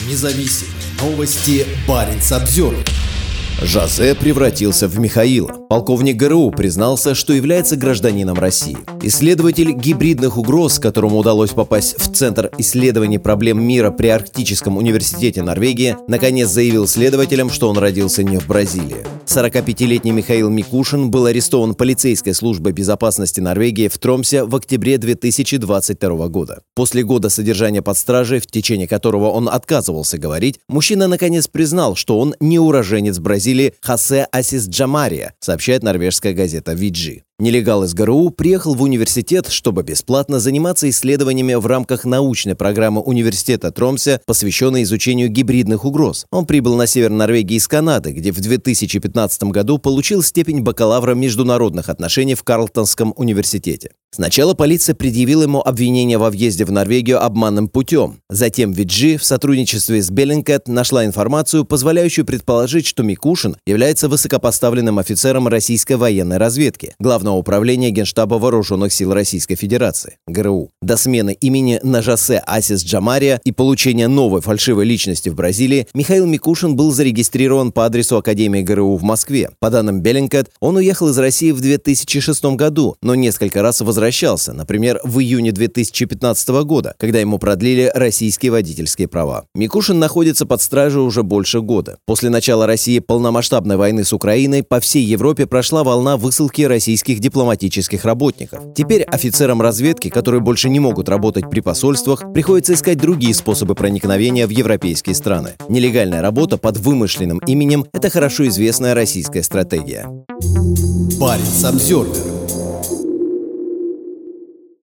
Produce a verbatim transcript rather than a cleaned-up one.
Независимые новости. Баренц-Обзервер. Жозе превратился в Михаила. Полковник ГРУ признался, что является гражданином России. Исследователь гибридных угроз, которому удалось попасть в Центр исследований проблем мира при Арктическом университете Норвегии, наконец заявил следователям, что он родился не в Бразилии. сорокапятилетний Михаил Микушин был арестован полицейской службой безопасности Норвегии в Тромсе в октябре две тысячи двадцать второго года. После года содержания под стражей, в течение которого он отказывался говорить, мужчина наконец признал, что он не уроженец Бразилии Хосе Асис Джамария, сообщает норвежская газета ви джи. Нелегал из ГРУ приехал в университет, чтобы бесплатно заниматься исследованиями в рамках научной программы университета Тромсе, посвященной изучению гибридных угроз. Он прибыл на север Норвегии из Канады, где в две тысячи пятнадцатом году получил степень бакалавра международных отношений в Карлтонском университете. Сначала полиция предъявила ему обвинение во въезде в Норвегию обманным путем. Затем ви джи в сотрудничестве с Bellingcat нашла информацию, позволяющую предположить, что Микушин является высокопоставленным офицером российской военной разведки, Главного управления Генштаба Вооруженных сил Российской Федерации, ГРУ. До смены имени на Жосе Асис Джамария и получения новой фальшивой личности в Бразилии Михаил Микушин был зарегистрирован по адресу Академии ГРУ в Москве. По данным Bellingcat, он уехал из России в две тысячи шестом году, но несколько раз возвращался, например, в июне две тысячи пятнадцатого года, когда ему продлили российские водительские права. Микушин находится под стражей уже больше года. После начала России полномасштабной войны с Украиной по всей Европе прошла волна высылки российских дипломатических работников. Теперь офицерам разведки, которые больше не могут работать при посольствах, приходится искать другие способы проникновения в европейские страны. Нелегальная работа под вымышленным именем – это хорошо известная российская стратегия. Баренц-Обзервер.